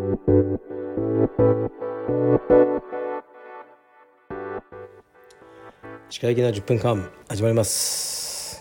歯科医の10分間始まります。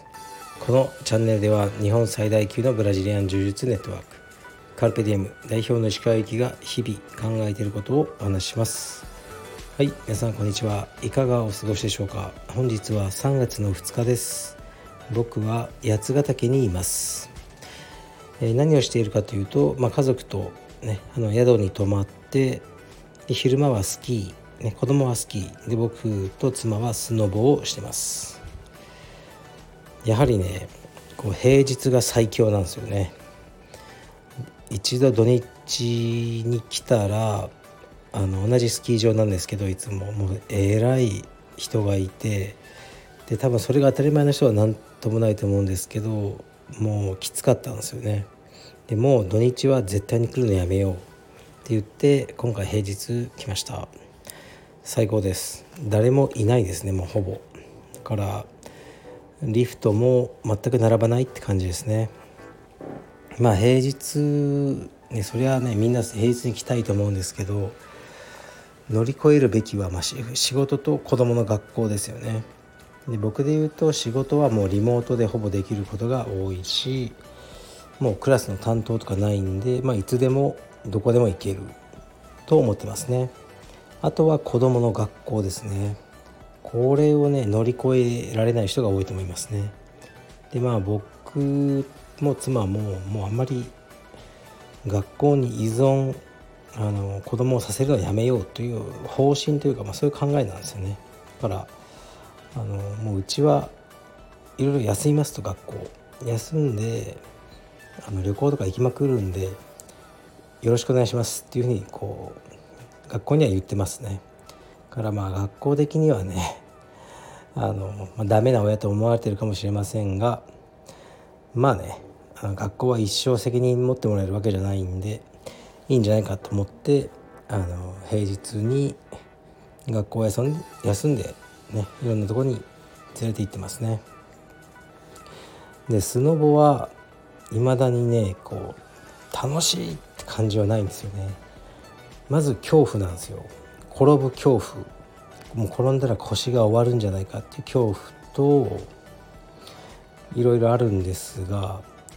このチャンネルでは日本最大級のブラジリアン柔術ネットワークカルペディエム代表の石川由紀が日々考えていることをお話しします。はい、皆さんこんにちは。いかがお過ごしでしょうか。本日は3月の2日です。僕は八ヶ岳にいます。何をしているかというと、家族と、宿に泊まってで昼間はスキー、子供はスキーで僕と妻はスノボをしてます。やはりね平日が最強なんですよね。一度土日に来たら同じスキー場なんですけど、いつももうえらい人がいて、で多分それが当たり前の人は何ともないと思うんですけど、もうきつかったんですよね。でもう土日は絶対に来るのやめようって言って今回平日来ました。最高です。誰もいないですね、もうほぼ。だからリフトも全く並ばないって感じですね。平日ね、そりゃねみんな平日に来たいと思うんですけど、乗り越えるべきは仕事と子供の学校ですよね。で僕で言うと仕事はもうリモートでほぼできることが多いし、もうクラスの担当とかないんで、いつでもどこでも行けると思ってますね。あとは子供の学校ですね。これをね乗り越えられない人が多いと思いますね。で僕も妻ももうあんまり学校に依存子供をさせるのはやめようという方針というか、そういう考えなんですよね。だからもううちはいろいろ休みますと、学校休んで旅行とか行きまくるんでよろしくお願いしますっていうふうに学校には言ってますね。だから学校的にはねダメな親と思われているかもしれませんが、学校は一生責任持ってもらえるわけじゃないんでいいんじゃないかと思って、平日に学校を休んでね、いろんなところに連れて行ってますね。でスノボは未だにね楽しいって感じはないんですよね。まず恐怖なんですよ。転ぶ恐怖、もう転んだら腰が終わるんじゃないかっていう恐怖といろいろあるんですが、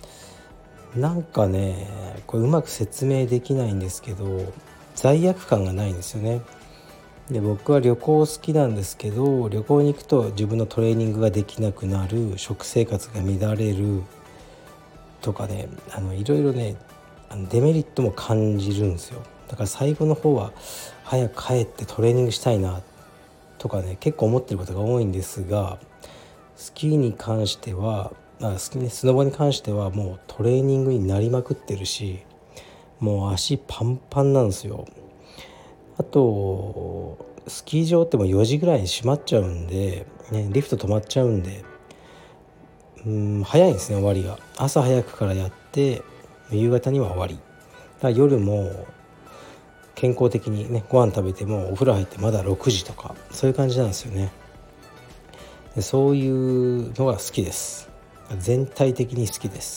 これうまく説明できないんですけど、罪悪感がないんですよね。で僕は旅行好きなんですけど、旅行に行くと自分のトレーニングができなくなる、食生活が乱れるとかね、いろいろねデメリットも感じるんですよ。だから最後の方は早く帰ってトレーニングしたいなとかね結構思ってることが多いんですが、スキーに関してはスノボに関してはもうトレーニングになりまくってるし、もう足パンパンなんですよ。あとスキー場ってもう4時ぐらいに閉まっちゃうんで、リフト止まっちゃうんで、早いんですね、終わりが。朝早くからやって夕方には終わり。だから夜も健康的にねご飯食べてもお風呂入ってまだ6時とかそういう感じなんですよね。でそういうのが好きです。全体的に好きです。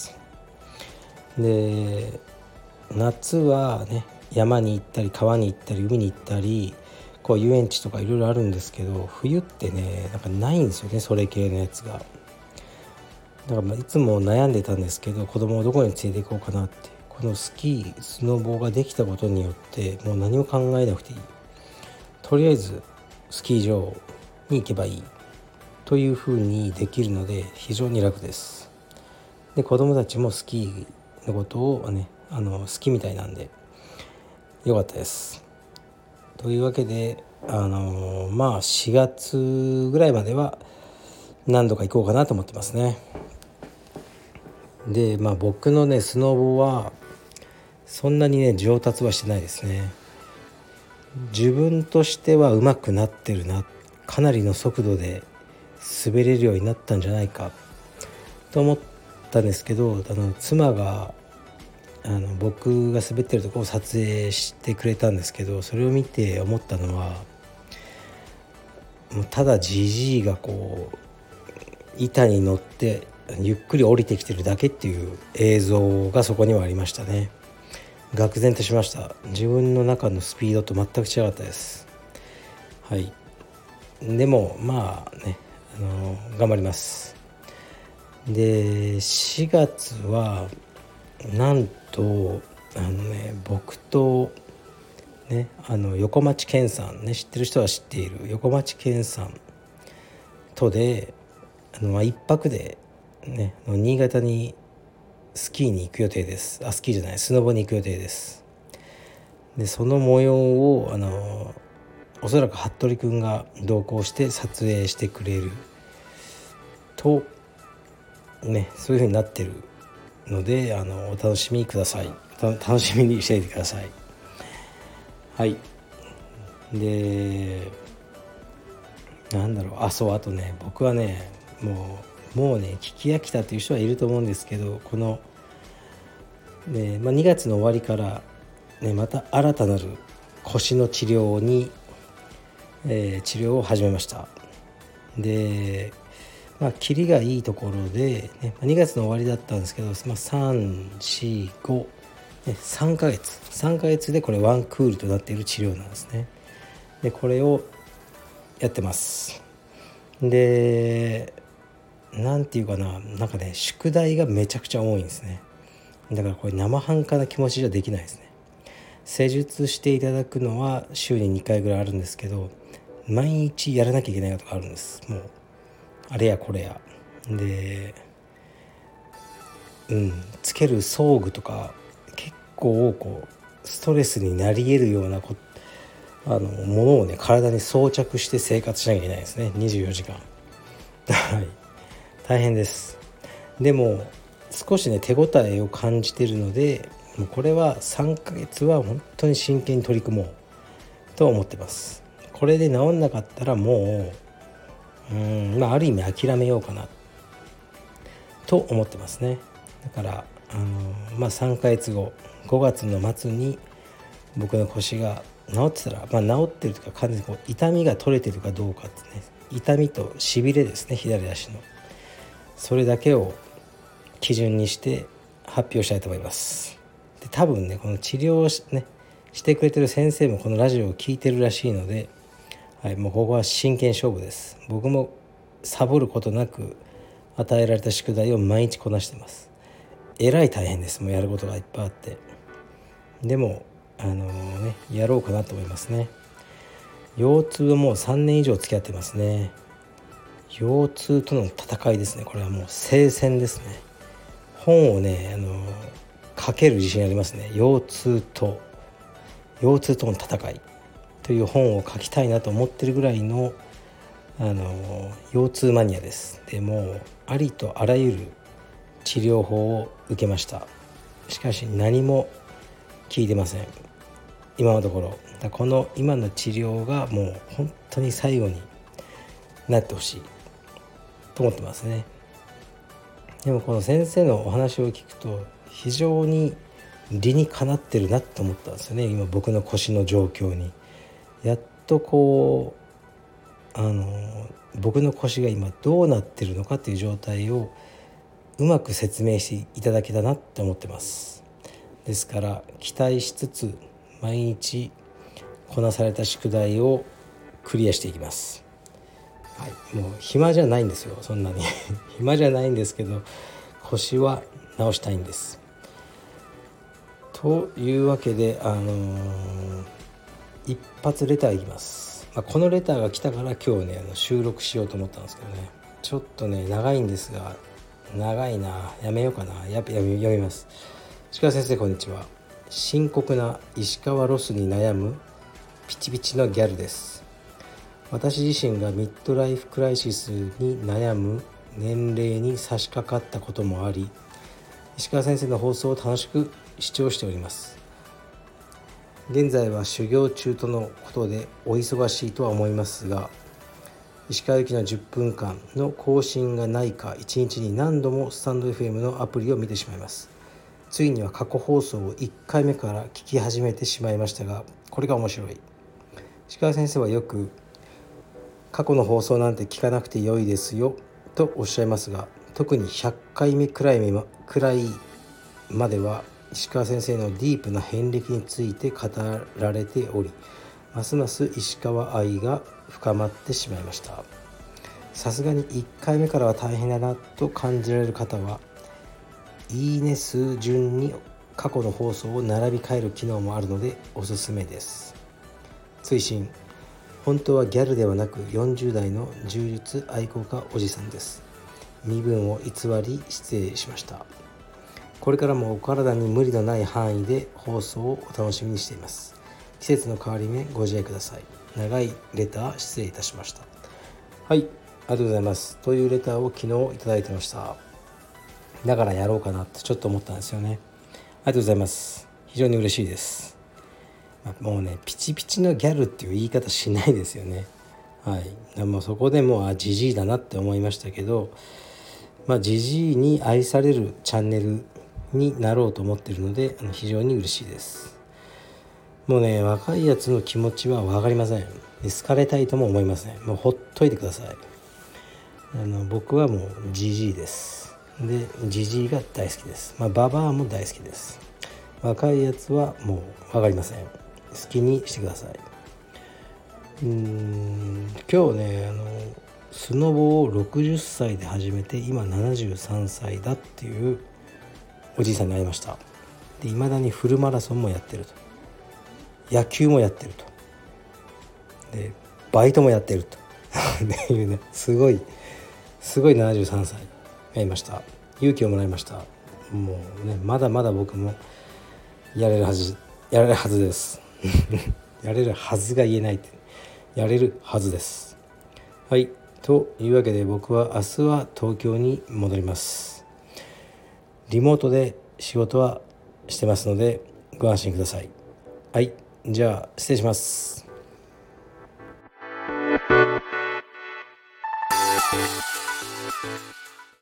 で夏はね山に行ったり川に行ったり海に行ったり遊園地とかいろいろあるんですけど、冬ってねないんですよね、それ系のやつが。だからいつも悩んでたんですけど、子供をどこに連れて行こうかなって。このスキースノボができたことによってもう何も考えなくていい、とりあえずスキー場に行けばいいというふうにできるので非常に楽です。で子供たちもスキーのことをね好きみたいなんでよかったです。というわけで4月ぐらいまでは何度か行こうかなと思ってますね。で僕のねスノボはそんなにね上達はしてないですね。自分としては上手くなってるな、かなりの速度で滑れるようになったんじゃないかと思ったんですけど、妻が僕が滑ってるところを撮影してくれたんですけど、それを見て思ったのはもうただジジイが板に乗ってゆっくり降りてきてるだけっていう映像がそこにはありましたね。 愕然としました。自分の中のスピードと全く違かったです。はい。でもまあね、頑張ります。で4月はなんと僕とね横町健さんね、知ってる人は知っている横町健さんとで一泊でね新潟にスキーに行く予定です。スキーじゃない、スノボに行く予定です。でその模様をおそらく服部くんが同行して撮影してくれるとね、そういう風になってるのでお楽しみください。楽しみにしていてください。はい。でなんだろう、そうあとね、僕はねもうね聞き飽きたという人はいると思うんですけど、このね、2月の終わりから、ね、また新たなる腰の治療に、治療を始めました。でキリがいいところで、ね、2月の終わりだったんですけど、3、4、5、3ヶ月でこれワンクールとなっている治療なんですね。でこれをやってます。でなんていうかな、なんかね宿題がめちゃくちゃ多いんですね。だからこれ生半可な気持ちじゃできないですね。施術していただくのは週に2回ぐらいあるんですけど、毎日やらなきゃいけないことがあるんです。もうあれやこれやで、つける装具とか結構こうストレスになり得るようなものをね体に装着して生活しなきゃいけないですね、24時間はい、大変です。でも少しね手応えを感じているので、もうこれは3ヶ月は本当に真剣に取り組もうと思ってます。これで治んなかったらもうある意味諦めようかなと思ってますね。だから3ヶ月後5月の末に僕の腰が治ってたら、治ってるというか完全に痛みが取れてるかどうかってね、痛みとしびれですね、左足のそれだけを基準にして発表したいと思います。で多分ねこの治療をしてくれてる先生もこのラジオを聞いてるらしいので、もうここは真剣勝負です。僕もサボることなく与えられた宿題を毎日こなしてます。えらい大変です。もうやることがいっぱいあって、でもやろうかなと思いますね。腰痛はもう3年以上付き合ってますね。腰痛との戦いですね。これはもう聖戦ですね。本をね書ける自信ありますね。腰痛との戦いという本を書きたいなと思ってるぐらいの腰痛マニアです。でもうありとあらゆる治療法を受けました。しかし何も効いてません、今のところ。この今の治療がもう本当に最後になってほしいと思ってますね。でもこの先生のお話を聞くと非常に理にかなってるなと思ったんですよね。今僕の腰の状況にやっと僕の腰が今どうなってるのかっていう状態をうまく説明していただけたなって思ってます。ですから期待しつつ毎日こなされた宿題をクリアしていきます。もう暇じゃないんですよ、そんなに暇じゃないんですけど腰は治したいんです。というわけで一発レターいきます。このレターが来たから今日ね収録しようと思ったんですけどね、ちょっとね長いんですが、長いな、やめようかな、読みます。石川先生こんにちは。深刻な石川ロスに悩むピチピチのギャルです。私自身がミッドライフクライシスに悩む年齢に差し掛かったこともあり、石川先生の放送を楽しく視聴しております。現在は修行中とのことでお忙しいとは思いますが、石川行きの10分間の更新がないか1日に何度もスタンド FM のアプリを見てしまいます。ついには過去放送を1回目から聞き始めてしまいましたが、これが面白い。石川先生はよく過去の放送なんて聞かなくて良いですよとおっしゃいますが、特に100回目くらいまでは石川先生のディープな遍歴について語られており、ますます石川愛が深まってしまいました。さすがに1回目からは大変だなと感じられる方は、いいね数順に過去の放送を並び替える機能もあるのでおすすめです。追伸、本当はギャルではなく40代の柔術愛好家おじさんです。身分を偽り失礼しました。これからもお体に無理のない範囲で放送をお楽しみにしています。季節の変わり目ご自愛ください。長いレター失礼いたしました。はい、ありがとうございます。というレターを昨日いただいてました。だからやろうかなってちょっと思ったんですよね。ありがとうございます。非常に嬉しいです。もうね、ピチピチのギャルっていう言い方しないですよね。はい、もうそこでもうジジイだなって思いましたけど、ジジイに愛されるチャンネルになろうと思っているので非常に嬉しいです。もうね、若いやつの気持ちは分かりません。好かれたいとも思いません。もうほっといてください。僕はもうジジイです。でジジイが大好きです。ババアも大好きです。若いやつはもう分かりません。好きにしてください。今日ね、スノボを60歳で始めて今73歳だっていうおじいさんに会いました。で未だにフルマラソンもやってると、野球もやってると、でバイトもやってるとっていうね、すごい73歳がいました。勇気をもらいました。もうね、まだまだ僕もやれるはずですやれるはずが言えないって、やれるはずです。はい、というわけで僕は明日は東京に戻ります。リモートで仕事はしてますのでご安心ください。はい、じゃあ失礼します。